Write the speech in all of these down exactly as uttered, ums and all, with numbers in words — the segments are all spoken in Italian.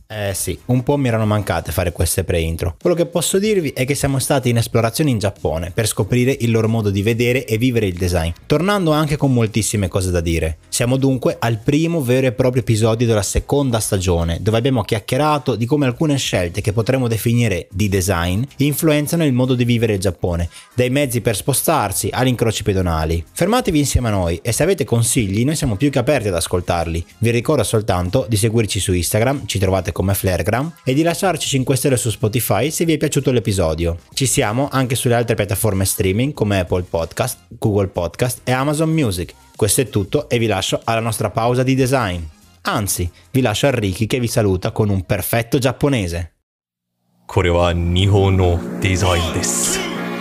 Eh sì, un po' mi erano mancate fare queste pre-intro. Quello che posso dirvi è che siamo stati in esplorazione in Giappone per scoprire il loro modo di vedere e vivere il design, tornando anche con moltissime cose da dire. Siamo dunque al primo vero e proprio episodio della seconda stagione, dove abbiamo chiacchierato di come alcune scelte che potremmo definire di design influenzano il modo di vivere il Giappone, dai mezzi per spostarsi agli incroci pedonali. Fermatevi insieme a noi e se avete consigli noi siamo più che aperti ad ascoltarli. Vi ricordo soltanto di seguirci su Instagram, ci trovate come Flaregram, e di lasciarci cinque stelle su Spotify se vi è piaciuto l'episodio. Ci siamo anche sulle altre piattaforme streaming come Apple Podcast, Google Podcast e Amazon Music. Questo è tutto e vi lascio alla nostra pausa di design. Anzi, vi lascio a Ricky che vi saluta con un perfetto giapponese. これは日本のデザインです。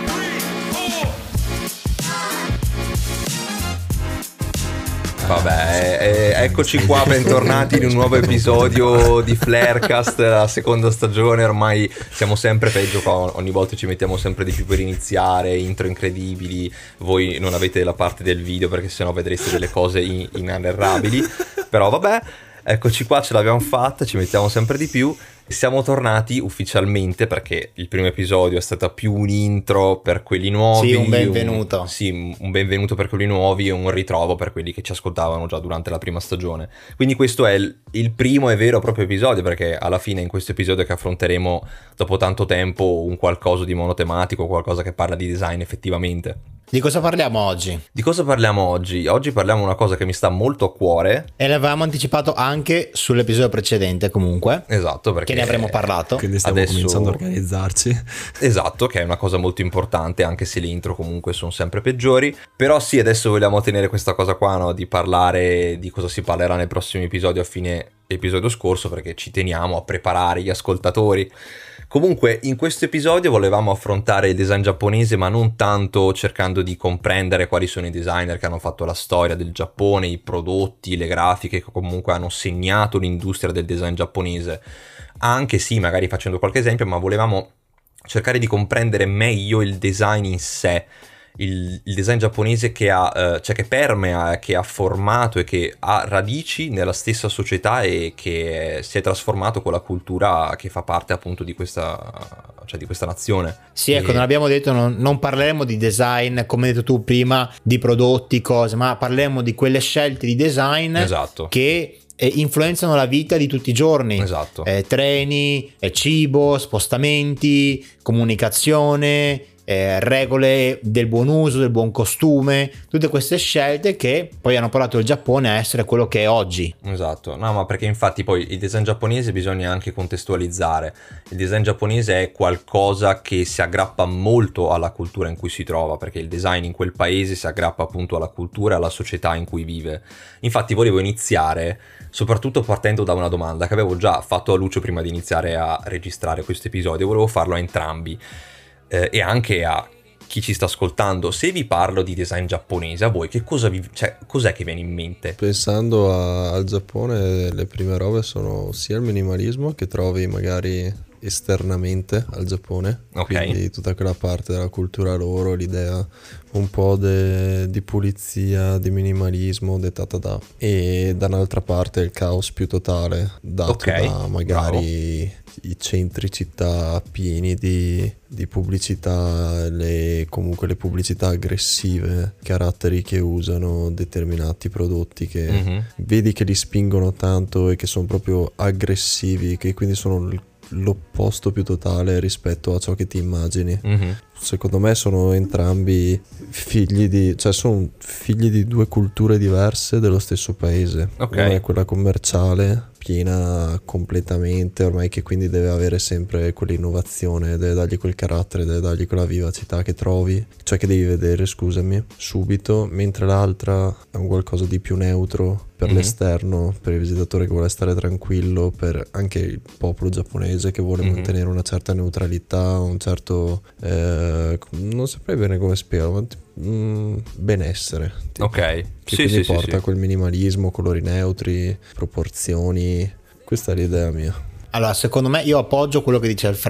Vabbè, eh, eccoci qua, bentornati in un nuovo episodio di Flarecast, la seconda stagione. Ormai siamo sempre peggio qua, ogni volta ci mettiamo sempre di più per iniziare, intro incredibili. Voi non avete la parte del video perché sennò vedreste delle cose in- inarrabili. Però vabbè, eccoci qua, ce l'abbiamo fatta, ci mettiamo sempre di più. Siamo tornati ufficialmente perché il primo episodio è stato più un intro per quelli nuovi. Sì, un benvenuto. Un, sì, un benvenuto per quelli nuovi e un ritrovo per quelli che ci ascoltavano già durante la prima stagione. Quindi questo è il, il primo e vero proprio episodio, perché alla fine in questo episodio che affronteremo dopo tanto tempo un qualcosa di monotematico, qualcosa che parla di design effettivamente. Di cosa parliamo oggi? Di cosa parliamo oggi? Oggi parliamo di una cosa che mi sta molto a cuore. E l'avevamo anticipato anche sull'episodio precedente comunque. Esatto, perché che ne avremo parlato. Quindi stiamo adesso... cominciando a organizzarci. Esatto, che è una cosa molto importante, anche se le intro comunque sono sempre peggiori. Però sì, adesso vogliamo tenere questa cosa qua, no? Di parlare di cosa si parlerà nel prossimo episodio a fine episodio scorso, perché ci teniamo a preparare gli ascoltatori. Comunque in questo episodio volevamo affrontare il design giapponese, ma non tanto cercando di comprendere quali sono i designer che hanno fatto la storia del Giappone, i prodotti, le grafiche che comunque hanno segnato l'industria del design giapponese, anche sì magari facendo qualche esempio, ma volevamo cercare di comprendere meglio il design in sé, il, il design giapponese che ha, eh, cioè che permea, che ha formato e che ha radici nella stessa società e che si è trasformato con la cultura che fa parte appunto di questa, cioè di questa nazione. Sì, e... ecco, non abbiamo detto, non, non parleremo di design, come hai detto tu prima, di prodotti, cose, ma parleremo di quelle scelte di design esatto. che eh, influenzano la vita di tutti i giorni. Esatto. Eh, treni, eh, cibo, spostamenti, comunicazione, Eh, regole del buon uso, del buon costume, tutte queste scelte che poi hanno portato il Giappone a essere quello che è oggi. Esatto, no, ma perché infatti poi il design giapponese bisogna anche contestualizzare. Il design giapponese è qualcosa che si aggrappa molto alla cultura in cui si trova, perché il design in quel paese si aggrappa appunto alla cultura e alla società in cui vive. Infatti volevo iniziare soprattutto partendo da una domanda che avevo già fatto a Lucio prima di iniziare a registrare questo episodio. Volevo farlo a entrambi. Eh, e anche a chi ci sta ascoltando. Se vi parlo di design giapponese, a voi che cosa vi, cioè, cos'è che viene in mente? Pensando a, al Giappone, le prime robe sono sia il minimalismo che trovi magari esternamente al Giappone, okay. Quindi tutta quella parte della cultura loro, l'idea un po' de, di pulizia, di minimalismo dettata da, e dall'altra parte il caos più totale dato okay. da magari Bravo. I centri città pieni di, di pubblicità, le, comunque le pubblicità aggressive, caratteri che usano determinati prodotti che mm-hmm. vedi che li spingono tanto e che sono proprio aggressivi, che quindi sono l'opposto più totale rispetto a ciò che ti immagini. Mm-hmm. Secondo me sono entrambi figli di, cioè sono figli di due culture diverse dello stesso paese. Okay. Una è quella commerciale, piena completamente ormai, che quindi deve avere sempre quell'innovazione, deve dargli quel carattere, deve dargli quella vivacità che trovi, cioè che devi vedere, scusami, subito, mentre l'altra è un qualcosa di più neutro per mm-hmm. l'esterno, per il visitatore che vuole stare tranquillo, per anche il popolo giapponese che vuole mm-hmm. mantenere una certa neutralità, un certo eh, non saprei bene come spiego, ma mm, benessere, tipo, ok, che sì, quindi sì, porta sì, a quel minimalismo, colori neutri, proporzioni. Questa è l'idea mia. Allora, secondo me, io appoggio quello che dice il Fra,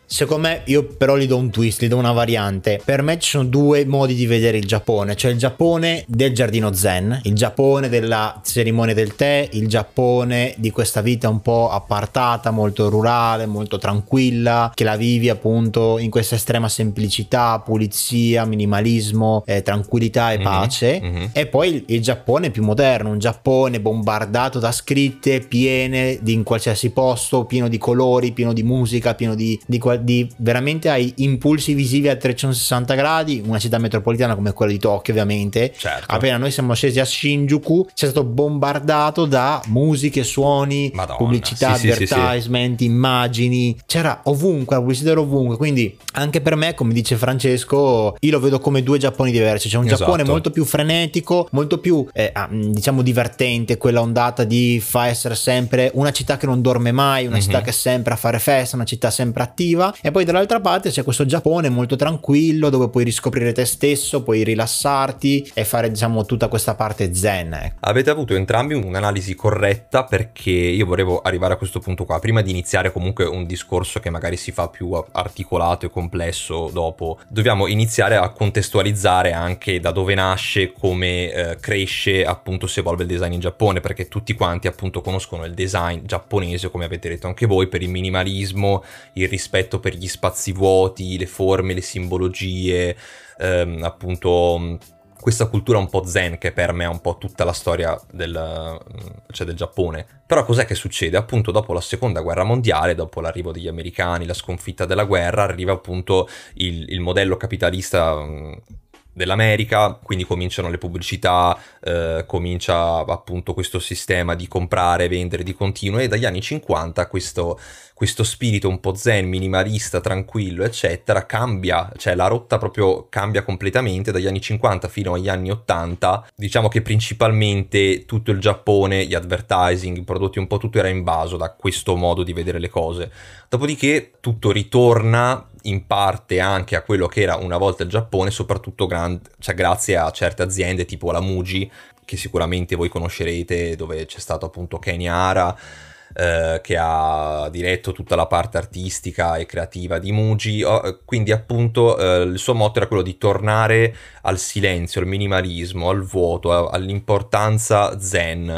Secondo me, io però gli do un twist, gli do una variante. Per me ci sono due modi di vedere il Giappone. Cioè il Giappone del giardino zen, il Giappone della cerimonia del tè, il Giappone di questa vita un po' appartata, molto rurale, molto tranquilla, che la vivi appunto in questa estrema semplicità, pulizia, minimalismo, eh, tranquillità e pace. Mm-hmm, mm-hmm. E poi il, il Giappone più moderno, un Giappone bombardato da scritte piene di in qualsiasi posto, pieno di colori, pieno di musica, pieno di, di di veramente hai impulsi visivi a trecentosessanta gradi, una città metropolitana come quella di Tokyo ovviamente. Certo. Appena noi siamo scesi a Shinjuku c'è stato bombardato da musiche, suoni, Madonna. pubblicità, sì, advertisement, sì, sì. immagini, c'era ovunque, la pubblicità era ovunque, quindi anche per me, come dice Francesco, io lo vedo come due Giapponi diversi. C'è un esatto. Giappone molto più frenetico, molto più eh, diciamo divertente, quella ondata di fa essere sempre una città che non dorme mai, una mm-hmm. città che è sempre a fare festa, una città sempre attiva. E poi dall'altra parte c'è questo Giappone molto tranquillo dove puoi riscoprire te stesso, puoi rilassarti e fare diciamo tutta questa parte zen. Avete avuto entrambi un'analisi corretta, perché io volevo arrivare a questo punto qua prima di iniziare comunque un discorso che magari si fa più articolato e complesso dopo. Dobbiamo iniziare a contestualizzare anche da dove nasce, come eh, cresce, appunto si evolve il design in Giappone, perché tutti quanti appunto conoscono il design giapponese, come avete detto anche voi, per il minimalismo, il rispetto per gli spazi vuoti, le forme, le simbologie, ehm, appunto questa cultura un po' zen che permea un po' tutta la storia del, cioè del Giappone. Però cos'è che succede? Appunto dopo la seconda guerra mondiale, dopo l'arrivo degli americani, la sconfitta della guerra, arriva appunto il, il modello capitalista dell'America, quindi cominciano le pubblicità, eh, comincia appunto questo sistema di comprare, vendere di continuo, e dagli anni cinquanta questo, questo spirito un po' zen, minimalista, tranquillo, eccetera, cambia, cioè la rotta proprio cambia completamente dagli anni cinquanta fino agli anni ottanta. Diciamo che principalmente tutto il Giappone, gli advertising, i prodotti, un po' tutto era invaso da questo modo di vedere le cose. Dopodiché tutto ritorna in parte anche a quello che era una volta il Giappone, soprattutto grand- cioè grazie a certe aziende tipo la Muji, che sicuramente voi conoscerete, dove c'è stato appunto Ken Hara, eh, che ha diretto tutta la parte artistica e creativa di Muji. Oh, quindi appunto eh, il suo motto era quello di tornare al silenzio, al minimalismo, al vuoto, a- all'importanza zen.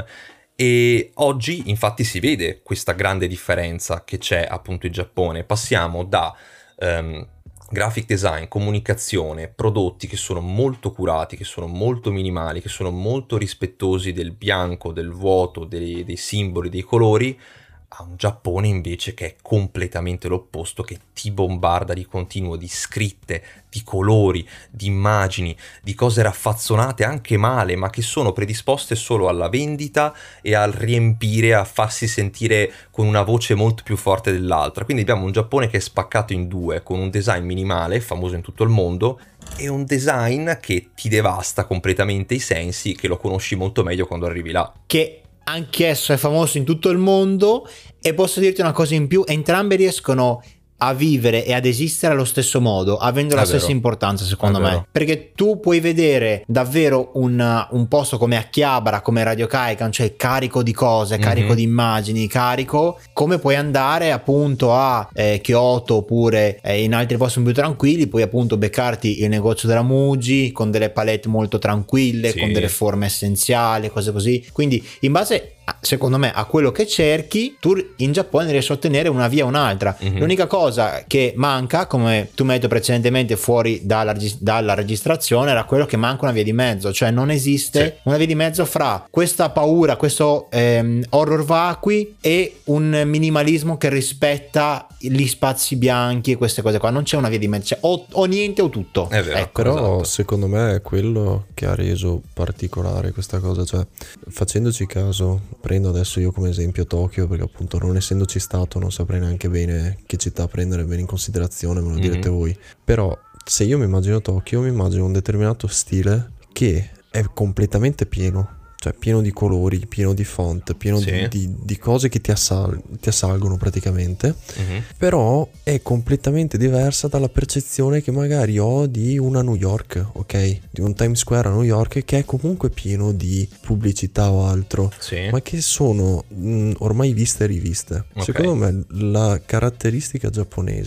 E oggi infatti si vede questa grande differenza che c'è appunto in Giappone. Passiamo da Um, graphic design, comunicazione, prodotti che sono molto curati, che sono molto minimali, che sono molto rispettosi del bianco, del vuoto, dei, dei simboli, dei colori, a un Giappone invece che è completamente l'opposto, che ti bombarda di continuo di scritte, di colori, di immagini, di cose raffazzonate anche male, ma che sono predisposte solo alla vendita e al riempire, a farsi sentire con una voce molto più forte dell'altra. Quindi abbiamo un Giappone che è spaccato in due, con un design minimale, famoso in tutto il mondo, e un design che ti devasta completamente i sensi, che lo conosci molto meglio quando arrivi là. Che anch'esso è famoso in tutto il mondo, e posso dirti una cosa in più: entrambi riescono a vivere e ad esistere allo stesso modo, avendo la stessa importanza, secondo me, perché tu puoi vedere davvero un, un posto come Akihabara, come Radio Kaikan, cioè carico di cose, mm-hmm. carico di immagini, carico, come puoi andare appunto a eh, Kyoto, oppure eh, in altri posti più tranquilli, puoi appunto beccarti il negozio della Muji con delle palette molto tranquille, sì. con delle forme essenziali, cose così. Quindi in base, secondo me, a quello che cerchi, tu in Giappone riesci a ottenere una via o un'altra. Mm-hmm. L'unica cosa che manca, come tu mi hai detto precedentemente fuori dalla, dalla registrazione, era quello che manca una via di mezzo. Cioè non esiste sì. una via di mezzo fra questa paura, questo ehm, horror vacui, e un minimalismo che rispetta gli spazi bianchi e queste cose qua. Non c'è una via di mezzo, cioè, o, o niente o tutto. È vero, ecco. Però esatto. secondo me è quello che ha reso particolare questa cosa. Cioè, facendoci caso, prendo adesso io come esempio Tokyo, perché appunto non essendoci stato non saprei neanche bene che città prendere bene in considerazione, me lo direte mm-hmm. voi. Però se io mi immagino Tokyo, mi immagino un determinato stile che è completamente pieno, cioè pieno di colori, pieno di font, pieno sì. di, di, di cose che ti, assal- ti assalgono praticamente, mm-hmm. però è completamente diversa dalla percezione che magari ho di una New York, ok? Di un Times Square a New York, che è comunque pieno di pubblicità o altro, sì. ma che sono mh, ormai viste e riviste. Okay. Secondo me la caratteristica giapponese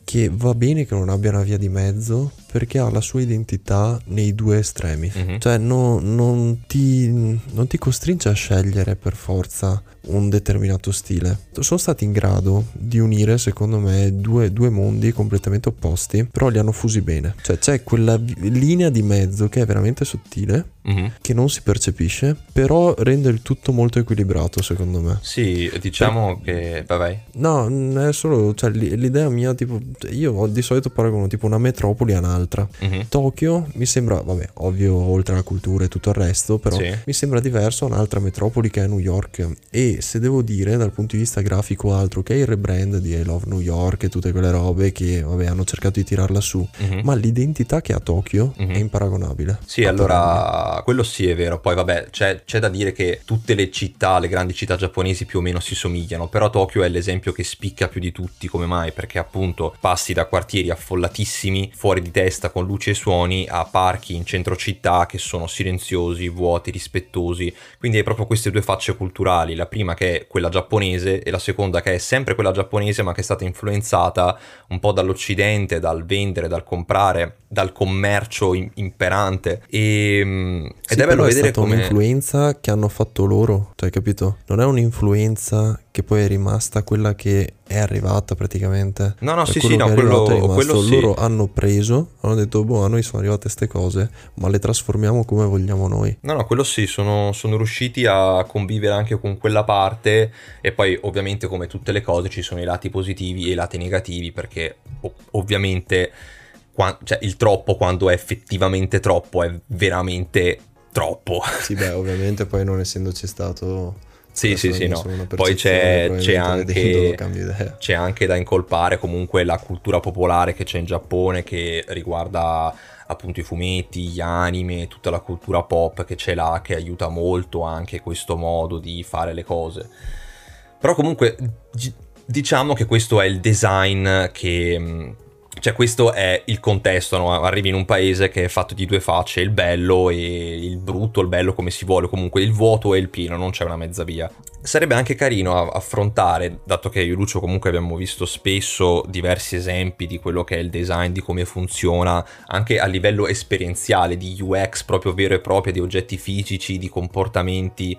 che va bene che non abbia una via di mezzo, perché ha la sua identità nei due estremi. Mhm. Cioè no- non, ti, non ti costringe a scegliere per forza un determinato stile. Sono stati in grado di unire, secondo me, due, due mondi completamente opposti, però li hanno fusi bene. Cioè c'è quella vi- linea di mezzo che è veramente sottile, Mhm. che non si percepisce, però rende il tutto molto equilibrato, secondo me. Sì, diciamo che... Vai, vai. No, n- è solo, cioè, l- l'idea mia, tipo, io ho- di solito paragono tipo una metropoli a un'altra. Mhm. Tokyo mi sembra, vabbè, ovvio, oltre alla cultura e tutto il resto, però Sì. mi sembra diverso a un'altra metropoli che è New York. E se devo dire, dal punto di vista grafico o altro, che è il rebrand di I Love New York e tutte quelle robe che, vabbè, hanno cercato di tirarla su, Mhm. ma l'identità che ha Tokyo Mhm. è imparagonabile. Sì, allora quello sì è vero. Poi vabbè, c'è, c'è da dire che tutte le città, le grandi città giapponesi più o meno si somigliano, però Tokyo è l'esempio che spicca più di tutti. Come mai? Perché appunto passi da quartieri affollatissimi, fuori di testa, con luci e suoni, a parchi in centro città che sono silenziosi, vuoti, rispettosi. Quindi hai proprio queste due facce culturali, la prima che è quella giapponese e la seconda che è sempre quella giapponese ma che è stata influenzata un po' dall'occidente, dal vendere, dal comprare, dal commercio im- imperante. E, mm, ed Sì, è bello però vedere è stata come... un'influenza che hanno fatto loro, cioè, capito? Non è un'influenza che poi è rimasta quella che è arrivata praticamente. No, no, Cioè, sì, quello sì, no, che è quello- arrivato è rimasto. quello sì. Loro hanno preso, hanno detto, boh, a noi sono arrivate queste cose, ma le trasformiamo come vogliamo noi. No, no, quello sì, sono, sono riusciti a convivere anche con quella parte e poi ovviamente come tutte le cose ci sono i lati positivi e i lati negativi perché ov- ovviamente qua- cioè, il troppo quando è effettivamente troppo è veramente troppo. Sì, beh, ovviamente poi non essendoci stato... Sì, adesso sì, sì, è no. solo una Poi c'è, percezione, c'è probabilmente vedendolo anche, cambio idea. c'è anche da incolpare comunque la cultura popolare che c'è in Giappone che riguarda appunto i fumetti, gli anime, tutta la cultura pop che c'è là che aiuta molto anche questo modo di fare le cose. Però comunque gi- diciamo che questo è il design che... mh, cioè questo è il contesto, no? Arrivi in un paese che è fatto di due facce, il bello e il brutto, il bello come si vuole, comunque il vuoto e il pieno, non c'è una mezza via. Sarebbe anche carino a- affrontare, dato che io e Lucio comunque abbiamo visto spesso diversi esempi di quello che è il design, di come funziona, anche a livello esperienziale, di U X proprio vero e proprio, di oggetti fisici, di comportamenti,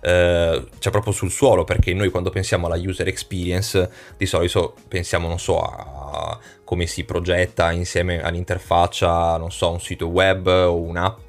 eh, cioè proprio sul suolo, perché noi quando pensiamo alla user experience di solito pensiamo, non so, a come si progetta insieme all'interfaccia, non so, un sito web o un'app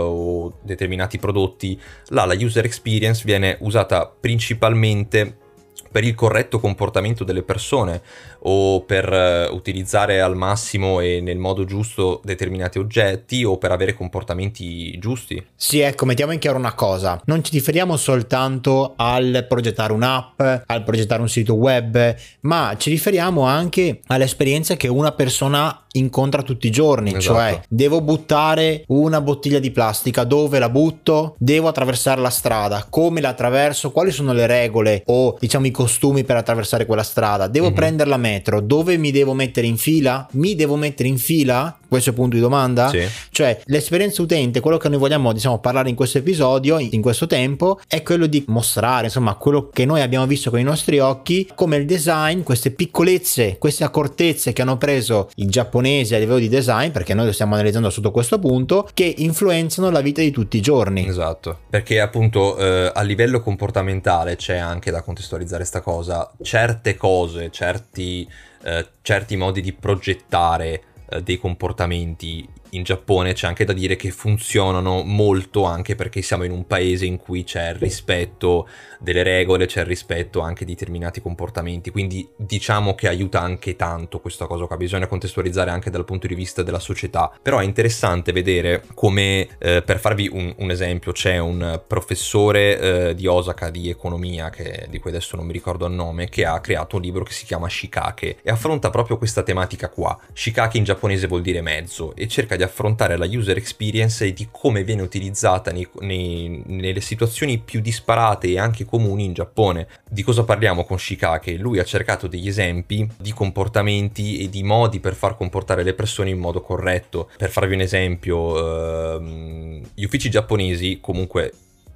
o determinati prodotti. Là la user experience viene usata principalmente per il corretto comportamento delle persone o per eh, utilizzare al massimo e nel modo giusto determinati oggetti o per avere comportamenti giusti. Sì, ecco, mettiamo in chiaro una cosa. Non ci riferiamo soltanto al progettare un'app, al progettare un sito web, ma ci riferiamo anche alle esperienze che una persona incontra tutti i giorni. Esatto. Cioè, devo buttare una bottiglia di plastica, dove la butto? Devo attraversare la strada, come la attraverso? Quali sono le regole o diciamo i costumi per attraversare quella strada? Devo Mhm. prendere la metro, dove mi devo mettere in fila? Mi devo mettere in fila? Questo è il punto di domanda? Sì. Cioè, l'esperienza utente, quello che noi vogliamo, diciamo, parlare in questo episodio, in questo tempo, è quello di mostrare, insomma, quello che noi abbiamo visto con i nostri occhi, come il design, queste piccolezze, queste accortezze che hanno preso i giapponesi a livello di design, perché noi lo stiamo analizzando sotto questo punto, che influenzano la vita di tutti i giorni. Esatto, perché appunto eh, a livello comportamentale c'è anche da contestualizzare sta cosa, certe cose, certi, eh, certi modi di progettare eh, dei comportamenti in Giappone c'è anche da dire che funzionano molto anche perché siamo in un paese in cui c'è il rispetto delle regole, c'è il rispetto anche di determinati comportamenti, quindi diciamo che aiuta anche tanto questa cosa qua, bisogna contestualizzare anche dal punto di vista della società. Però è interessante vedere come, eh, per farvi un, un esempio, c'è un professore eh, di Osaka di economia, che, di cui adesso non mi ricordo il nome, che ha creato un libro che si chiama Shikake e affronta proprio questa tematica qua. Shikake in giapponese vuol dire mezzo e cerca di affrontare la user experience e di come viene utilizzata nei, nei, nelle situazioni più disparate e anche comuni in Giappone. Di cosa parliamo con Shikake? Lui ha cercato degli esempi di comportamenti e di modi per far comportare le persone in modo corretto. Per farvi un esempio, ehm, gli uffici giapponesi comunque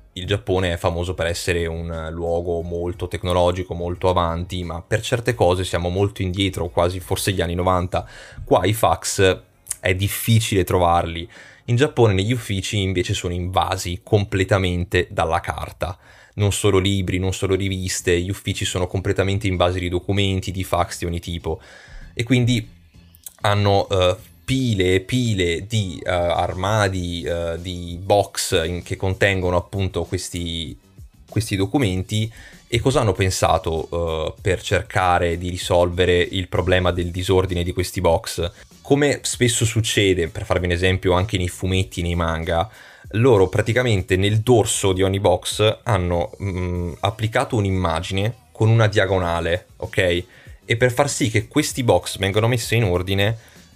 il Giappone è famoso per essere un luogo molto tecnologico, molto avanti, ma per certe cose siamo molto indietro, quasi forse gli anni novanta. Qua i fax è difficile trovarli. In Giappone negli uffici invece sono invasi completamente dalla carta. Non solo libri, non solo riviste, gli uffici sono completamente invasi di documenti, di fax di ogni tipo. E quindi hanno uh, pile e pile di uh, armadi, uh, di box in, che contengono appunto questi, questi documenti. E cosa hanno pensato uh, per cercare di risolvere il problema del disordine di questi box? Come spesso succede, per farvi un esempio anche nei fumetti, nei manga, loro praticamente nel dorso di ogni box hanno mh, applicato un'immagine con una diagonale, ok? E per far sì che questi box vengano messi in ordine,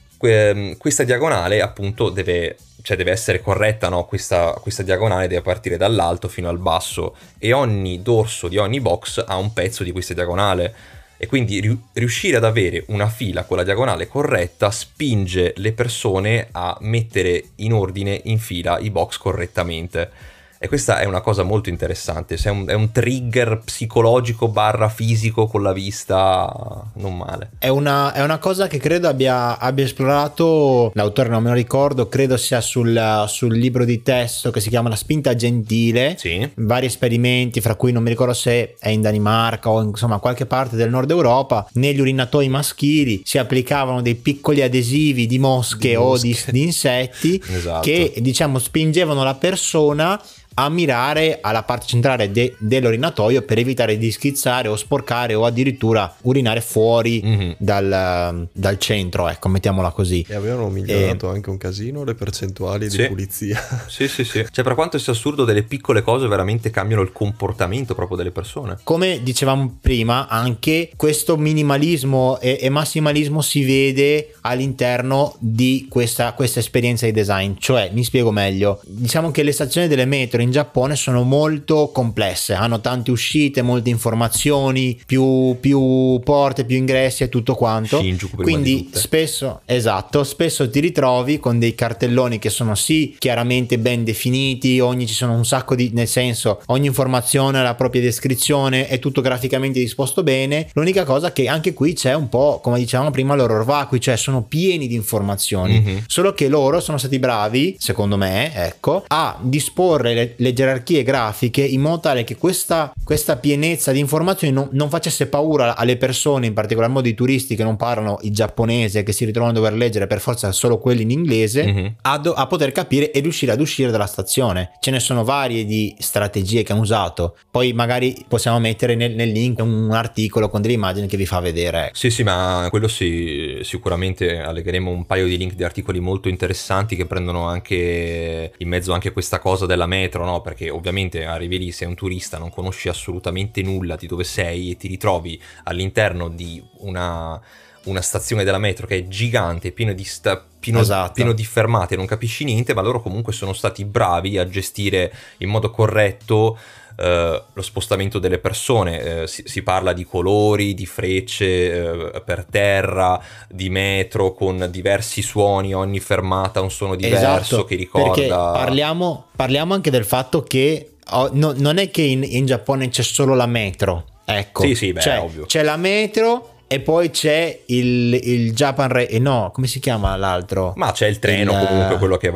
que- questa diagonale appunto deve, cioè deve essere corretta, no? Questa, questa diagonale deve partire dall'alto fino al basso e ogni dorso di ogni box ha un pezzo di questa diagonale. E quindi riuscire ad avere una fila con la diagonale corretta spinge le persone a mettere in ordine in fila i box correttamente. E questa è una cosa molto interessante, è un, è un trigger psicologico barra fisico con la vista non male. È una, è una cosa che credo abbia, abbia esplorato, l'autore non me lo ricordo, credo sia sul, sul libro di testo che si chiama La spinta gentile, sì. Vari esperimenti, fra cui non mi ricordo se è in Danimarca o insomma qualche parte del nord Europa, negli urinatoi maschili si applicavano dei piccoli adesivi di mosche, di mosche. o di, di insetti esatto. che diciamo spingevano la persona a mirare alla parte centrale de- dell'orinatoio per evitare di schizzare o sporcare o addirittura urinare fuori mm-hmm. dal, dal centro, ecco, mettiamola così. E avevano migliorato e... anche un casino le percentuali sì. di pulizia. Sì, sì, sì. Cioè, per quanto sia assurdo, delle piccole cose veramente cambiano il comportamento proprio delle persone. Come dicevamo prima, anche questo minimalismo e, e massimalismo si vede all'interno di questa, questa esperienza di design. Cioè, mi spiego meglio, diciamo che le stazioni delle metro in Giappone sono molto complesse, hanno tante uscite, molte informazioni, più, più porte, più ingressi e tutto quanto. Shinjuku, quindi spesso, esatto, spesso ti ritrovi con dei cartelloni che sono sì chiaramente ben definiti, ogni ci sono un sacco di, nel senso ogni informazione ha la propria descrizione, è tutto graficamente disposto bene. L'unica cosa che anche qui c'è un po', come dicevamo prima, loro vacui, cioè sono pieni di informazioni, mm-hmm. solo che loro sono stati bravi, secondo me, ecco, a disporre le le gerarchie grafiche in modo tale che questa, questa pienezza di informazioni non, non facesse paura alle persone, in particolar modo i turisti che non parlano il giapponese, che si ritrovano a dover leggere per forza solo quelli in inglese, mm-hmm. a, do, a poter capire e riuscire ad uscire dalla stazione. Ce ne sono varie di strategie che hanno usato, poi magari possiamo mettere nel, nel link un articolo con delle immagini che vi fa vedere. Sì, sì, ma quello sì, sicuramente allegheremo un paio di link di articoli molto interessanti che prendono anche in mezzo anche questa cosa della metro, no? Perché ovviamente arrivi lì, sei un turista, non conosci assolutamente nulla di dove sei e ti ritrovi all'interno di una, una stazione della metro che è gigante, pieno di, sta, pieno, esatto. pieno di fermate, non capisci niente, ma loro comunque sono stati bravi a gestire in modo corretto Uh, lo spostamento delle persone. Uh, si, si parla di colori, di frecce uh, per terra, di metro con diversi suoni, ogni fermata un suono diverso, esatto, che ricorda. Perché parliamo, parliamo anche del fatto che oh, no, non è che in, in Giappone c'è solo la metro, ecco. Sì, sì, beh, cioè, ovvio. C'è la metro e poi c'è il, il Japan Rail, no, come si chiama l'altro? Ma c'è il treno il, comunque, quello che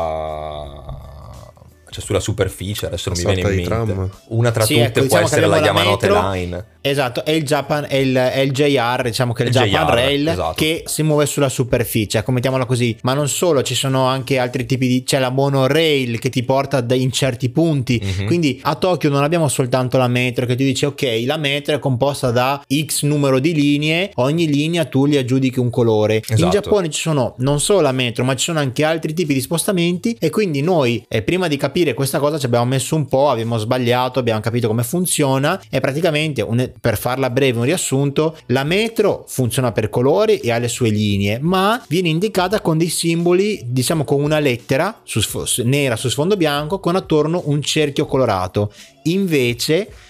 va cioè sulla superficie, adesso non mi viene in mente. Tram. Una tra sì, tutte ecco, può diciamo essere la Yamanote metro, Line. Esatto, è il Japan, è il, è il J R, diciamo che è il, il Japan J R, Rail, esatto. Che si muove sulla superficie, ecco, mettiamola così. Ma non solo, ci sono anche altri tipi di, c'è la monorail che ti porta in certi punti, mm-hmm. Quindi a Tokyo non abbiamo soltanto la metro che ti dice ok, la metro è composta da X numero di linee, ogni linea tu gli aggiudichi un colore, esatto. In Giappone ci sono non solo la metro, ma ci sono anche altri tipi di spostamenti e quindi noi eh, prima di capire questa cosa ci abbiamo messo un po', abbiamo sbagliato, abbiamo capito come funziona e praticamente un, per farla breve un riassunto, la metro funziona per colori e ha le sue linee, ma viene indicata con dei simboli, diciamo con una lettera su, nera su sfondo bianco con attorno un cerchio colorato. Invece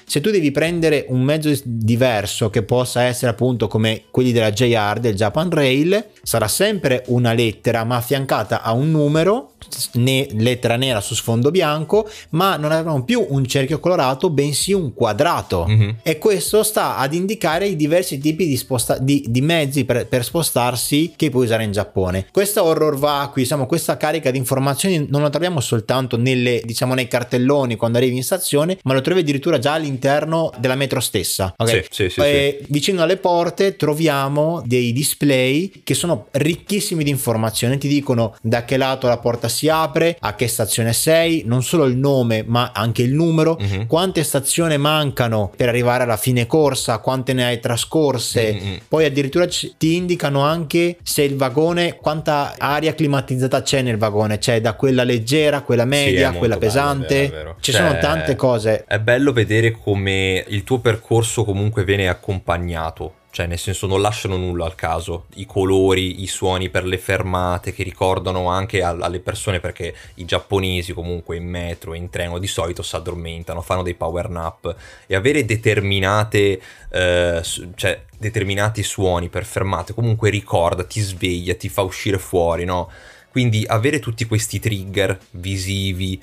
Se tu devi prendere un mezzo diverso che possa essere appunto come quelli della J R, del Japan Rail, sarà sempre una lettera ma affiancata a un numero, né, lettera nera su sfondo bianco, ma non avranno più un cerchio colorato bensì un quadrato, mm-hmm. e questo sta ad indicare i diversi tipi di, sposta- di, di mezzi per, per spostarsi che puoi usare in Giappone. Questa horror vacui, diciamo, questa carica di informazioni non la troviamo soltanto nelle, diciamo, nei cartelloni quando arrivi in stazione, ma lo trovi addirittura già all'interno della metro stessa, okay? Sì, sì, sì, e sì. Vicino alle porte troviamo dei display che sono ricchissimi di informazioni, ti dicono da che lato la porta si apre, a che stazione sei, non solo il nome ma anche il numero, mm-hmm. quante stazioni mancano per arrivare alla fine corsa, quante ne hai trascorse, mm-hmm. poi addirittura ti indicano anche se il vagone, quanta aria climatizzata c'è nel vagone, c'è da quella leggera, quella media, sì, quella pesante, bello, è vero, è vero. Ci cioè, sono tante cose. È bello vedere come il tuo percorso comunque viene accompagnato. Cioè, nel senso, non lasciano nulla al caso. I colori, i suoni per le fermate che ricordano anche alle persone, perché i giapponesi comunque in metro e in treno di solito si addormentano, fanno dei power nap, e avere determinate eh, cioè determinati suoni per fermate comunque ricorda, ti sveglia, ti fa uscire fuori, no? Quindi avere tutti questi trigger visivi,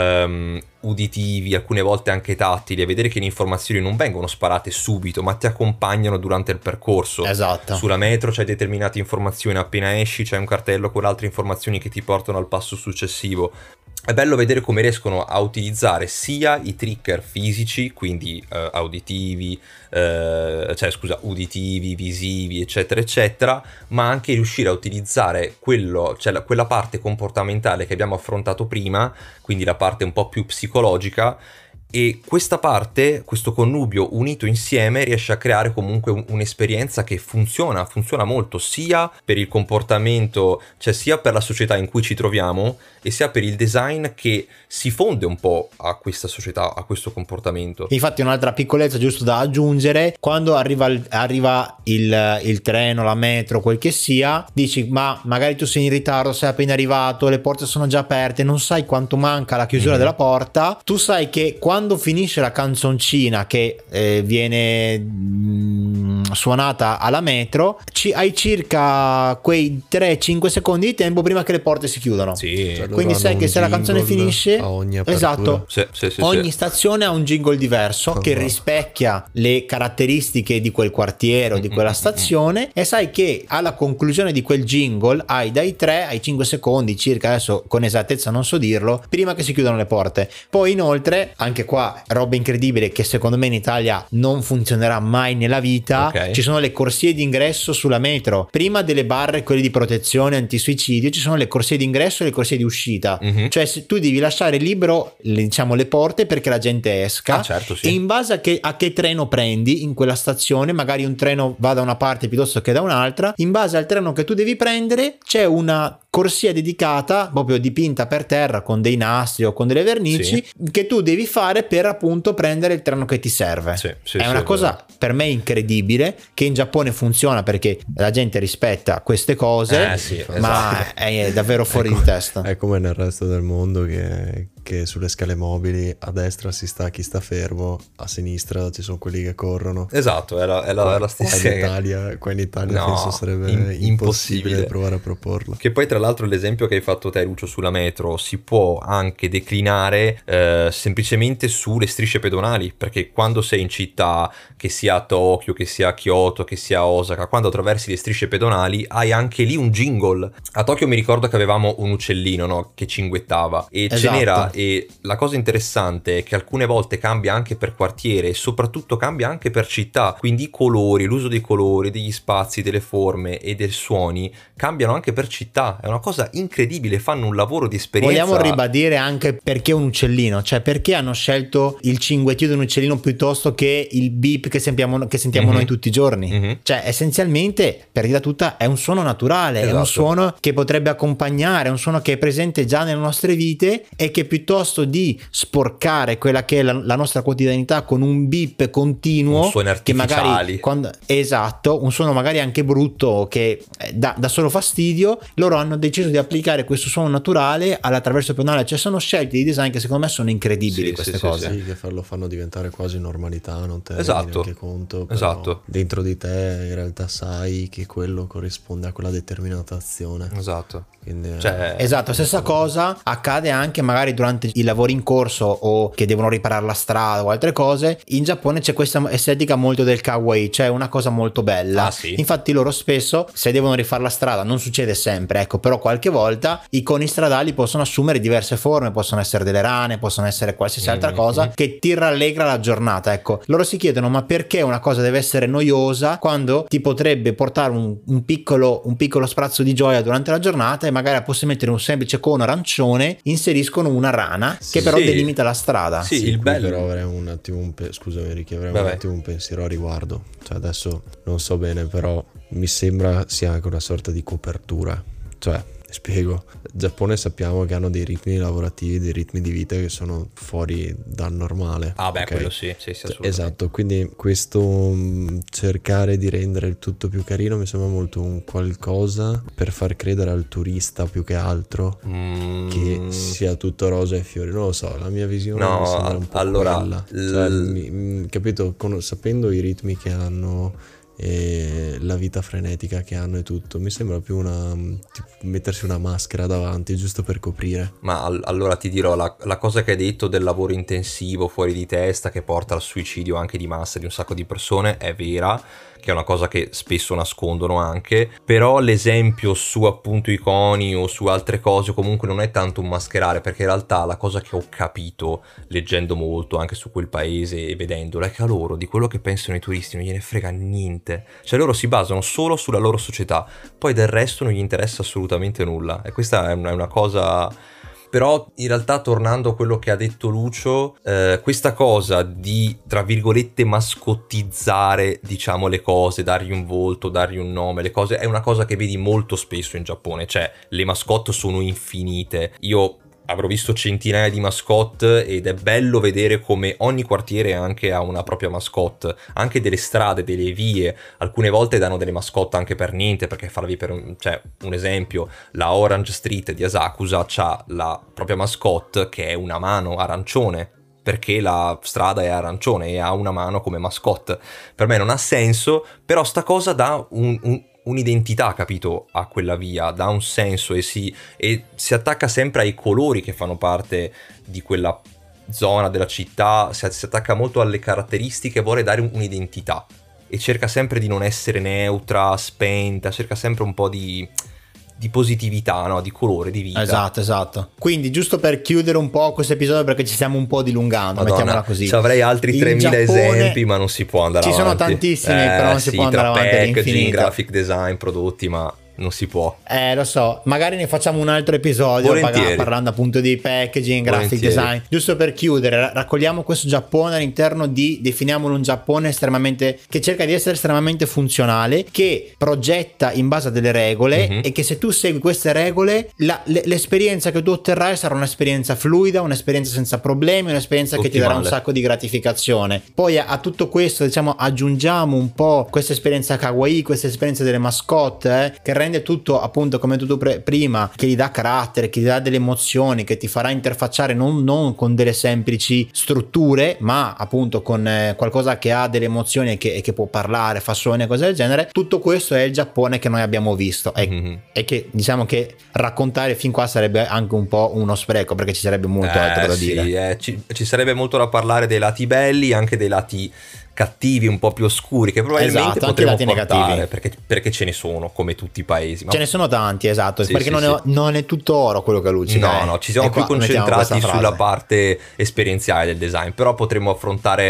Um, uditivi, alcune volte anche tattili, e vedere che le informazioni non vengono sparate subito ma ti accompagnano durante il percorso. Esatto. Sulla metro c'hai determinate informazioni, appena esci c'è un cartello con altre informazioni che ti portano al passo successivo. È bello vedere come riescono a utilizzare sia i trigger fisici, quindi uh, auditivi, uh, cioè scusa, uditivi, visivi, eccetera, eccetera, ma anche riuscire a utilizzare quello, cioè la, quella parte comportamentale che abbiamo affrontato prima, quindi la parte un po' più psicologica. E questa parte, questo connubio unito insieme riesce a creare comunque un, un'esperienza che funziona, funziona molto sia per il comportamento, cioè sia per la società in cui ci troviamo, e sia per il design che si fonde un po' a questa società, a questo comportamento. Infatti un'altra piccolezza giusto da aggiungere: quando arriva il, arriva il, il treno, la metro, quel che sia, dici ma magari tu sei in ritardo, sei appena arrivato, le porte sono già aperte, non sai quanto manca la chiusura mm-hmm. della porta. Tu sai che quando Quando finisce la canzoncina che eh, viene mh, suonata alla metro, ci, hai circa quei tre cinque secondi di tempo prima che le porte si chiudano. Sì. Cioè, quindi sai che se la canzone finisce, a ogni esatto, sì, sì, sì, ogni sì. stazione ha un jingle diverso oh, che no. rispecchia le caratteristiche di quel quartiere o di quella stazione, e sai che alla conclusione di quel jingle hai dai tre ai cinque secondi circa, adesso con esattezza non so dirlo, prima che si chiudano le porte. Poi inoltre, anche qua roba incredibile che secondo me in Italia non funzionerà mai nella vita, okay. ci sono le corsie d'ingresso sulla metro, prima delle barre quelle di protezione antisuicidio ci sono le corsie d'ingresso e le corsie di uscita, mm-hmm. cioè se tu devi lasciare libero le, diciamo le porte perché la gente esca, ah, certo, sì. e in base a che, a che treno prendi in quella stazione, magari un treno va da una parte piuttosto che da un'altra, in base al treno che tu devi prendere c'è una corsia dedicata proprio dipinta per terra con dei nastri o con delle vernici, sì. che tu devi fare per appunto prendere il treno che ti serve. Sì, sì, è sì, una è cosa vero. Per me incredibile, che in Giappone funziona perché la gente rispetta queste cose, eh, sì, ma esatto. è davvero fuori è di testa. È come nel resto del mondo che, che sulle scale mobili a destra si sta chi sta fermo, a sinistra ci sono quelli che corrono. Esatto, è la, è la, è la stessa. Qua in Italia, qua in Italia no, penso sarebbe in, impossibile, impossibile provare a proporlo. Che poi tra l'altro l'esempio che hai fatto te, Lucio, sulla metro si può anche declinare eh, semplicemente sulle strisce pedonali, perché quando sei in città, che sia a Tokyo, che sia a Kyoto, che sia a Osaka, quando attraversi le strisce pedonali hai anche lì un jingle. A Tokyo mi ricordo che avevamo un uccellino, no, che cinguettava, e esatto. ce n'era, e la cosa interessante è che alcune volte cambia anche per quartiere e soprattutto cambia anche per città, quindi i colori, l'uso dei colori, degli spazi, delle forme e dei suoni cambiano anche per città. È una cosa incredibile, fanno un lavoro di esperienza. Vogliamo ribadire anche perché un uccellino, cioè perché hanno scelto il cinguettio di un uccellino piuttosto che il beep che sentiamo, che sentiamo mm-hmm. noi tutti i giorni, mm-hmm. cioè essenzialmente, per dirla tutta, è un suono naturale, esatto. è un suono che potrebbe accompagnare, è un suono che è presente già nelle nostre vite e che più piuttosto di sporcare quella che è la, la nostra quotidianità con un beep continuo, con suoni artificiali, che magari quando, esatto, un suono magari anche brutto che dà, dà solo fastidio, loro hanno deciso di applicare questo suono naturale all'attraverso pedonale. Cioè sono scelte di design che secondo me sono incredibili, sì, queste sì, cose sì, sì, che lo fanno diventare quasi normalità, non te ne esatto. rendi neanche conto, però Esatto. dentro di te in realtà sai che quello corrisponde a quella determinata azione. Esatto. Quindi, cioè, esatto, stessa cosa accade anche magari durante i lavori in corso o che devono riparare la strada o altre cose. In Giappone c'è questa estetica molto del kawaii, cioè una cosa molto bella. Ah, sì. Infatti loro spesso, se devono rifare la strada, non succede sempre, ecco, però qualche volta i coni stradali possono assumere diverse forme, possono essere delle rane, possono essere qualsiasi altra Mm-hmm. cosa che ti rallegra la giornata. Ecco, loro si chiedono ma perché una cosa deve essere noiosa quando ti potrebbe portare un, un piccolo un piccolo sprazzo di gioia durante la giornata, e magari posso mettere un semplice cono arancione, inseriscono una rana Sì. che però Sì. delimita la strada. Sì, Sì, il qui bello. però avrei un attimo un pe- scusami Ricky, avrei Vabbè. un attimo un pensiero a riguardo. Cioè adesso non so bene, però mi sembra sia anche una sorta di copertura. Cioè, spiego, il Giappone sappiamo che hanno dei ritmi lavorativi, dei ritmi di vita che sono fuori dal normale. Ah beh, ok? quello sì, sì, sì, assolutamente. Esatto, quindi questo mh, cercare di rendere il tutto più carino mi sembra molto un qualcosa per far credere al turista più che altro Mm, che sia tutto rosa e fiori. Non lo so, la mia visione No, mi sembra un po' allora, quella. l- Cioè, mi- mi- capito, con- sapendo i ritmi che hanno e la vita frenetica che hanno e tutto, mi sembra più una tipo, mettersi una maschera davanti giusto per coprire. Ma all- allora ti dirò, la, la cosa che hai detto del lavoro intensivo fuori di testa che porta al suicidio anche di massa di un sacco di persone è vera, che è una cosa che spesso nascondono anche, però l'esempio su appunto i coni o su altre cose comunque non è tanto un mascherare, perché in realtà la cosa che ho capito leggendo molto anche su quel paese e vedendolo è che a loro di quello che pensano i turisti non gliene frega niente, cioè loro si basano solo sulla loro società, poi del resto non gli interessa assolutamente nulla, e questa è una, è una cosa. Però in realtà, tornando a quello che ha detto Lucio, eh, questa cosa di, tra virgolette, mascottizzare, diciamo, le cose, dargli un volto, dargli un nome, le cose, è una cosa che vedi molto spesso in Giappone, cioè le mascotte sono infinite. Io avrò visto centinaia di mascotte ed è bello vedere come ogni quartiere anche ha una propria mascotte, anche delle strade, delle vie, alcune volte danno delle mascotte anche per niente, perché farvi per un, cioè, un esempio, la Orange Street di Asakusa c'ha la propria mascotte che è una mano arancione, perché la strada è arancione e ha una mano come mascotte. Per me non ha senso, però sta cosa dà un, un un'identità, capito, a quella via, dà un senso e si, e si attacca sempre ai colori che fanno parte di quella zona della città, si, si attacca molto alle caratteristiche, vuole dare un, un'identità e cerca sempre di non essere neutra, spenta, cerca sempre un po' di, di positività, no? Di colore, di vita. Esatto, esatto. Quindi giusto per chiudere un po' questo episodio, perché ci stiamo un po' dilungando, Madonna, mettiamola così. Ci avrei altri In tremila Giappone esempi, ma non si può andare ci avanti. sono tantissimi, eh, però non si sì, può andare tra avanti packaging, all'infinito. graphic design, prodotti, ma non si può. Eh, lo so, magari ne facciamo un altro episodio Volentieri. parlando appunto di packaging, graphic Volentieri. design. Giusto per chiudere, ra- raccogliamo questo Giappone all'interno di, definiamolo un Giappone estremamente, che cerca di essere estremamente funzionale, che progetta in base a delle regole, Mhm. e che se tu segui queste regole, la- le- l'esperienza che tu otterrai sarà un'esperienza fluida, un'esperienza senza problemi, un'esperienza che ti darà un Ottimale. sacco di gratificazione. Poi a, a tutto questo, diciamo, aggiungiamo un po' questa esperienza kawaii, questa esperienza delle mascotte, eh, che rende tutto, appunto, come hai detto tu pre- prima, che gli dà carattere, che gli dà delle emozioni, che ti farà interfacciare non, non con delle semplici strutture, ma appunto con eh, qualcosa che ha delle emozioni e che, e che può parlare, fa suoni e cose del genere. Tutto questo è il Giappone che noi abbiamo visto, e, Mhm. e che diciamo che raccontare fin qua sarebbe anche un po' uno spreco, perché ci sarebbe molto Eh, altro da sì, dire. eh, ci, ci sarebbe molto da parlare dei lati belli, anche dei lati cattivi, un po' più oscuri, che probabilmente Esatto, anche i potremmo lati portare, negativi. perché, perché ce ne sono, come tutti i paesi. Ma Ce ne sono tanti, esatto, Sì, perché sì, non, sì. È, non è tutto oro quello che luccica. No, eh. no, ci siamo E più qua mettiamo concentrati questa sulla frase. parte esperienziale del design, però potremmo affrontare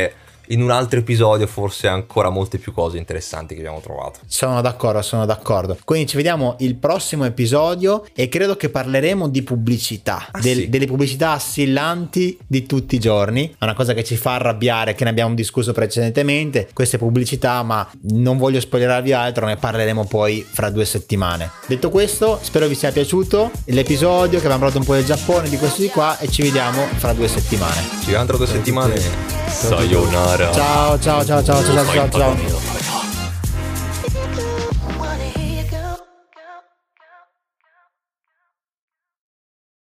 in un altro episodio forse ancora molte più cose interessanti che abbiamo trovato. Sono d'accordo, sono d'accordo. Quindi ci vediamo il prossimo episodio e credo che parleremo di pubblicità, ah, del, sì. delle pubblicità assillanti di tutti i giorni. È una cosa che ci fa arrabbiare, che ne abbiamo discusso precedentemente, queste pubblicità, ma non voglio spoilerarvi altro, ne parleremo poi fra due settimane. Detto questo, spero vi sia piaciuto l'episodio, che abbiamo parlato un po' del Giappone, di questo di qua, e ci vediamo fra due settimane. Ci vediamo tra due settimane. Sayonara. Ciao ciao ciao ciao ciao ciao ciao.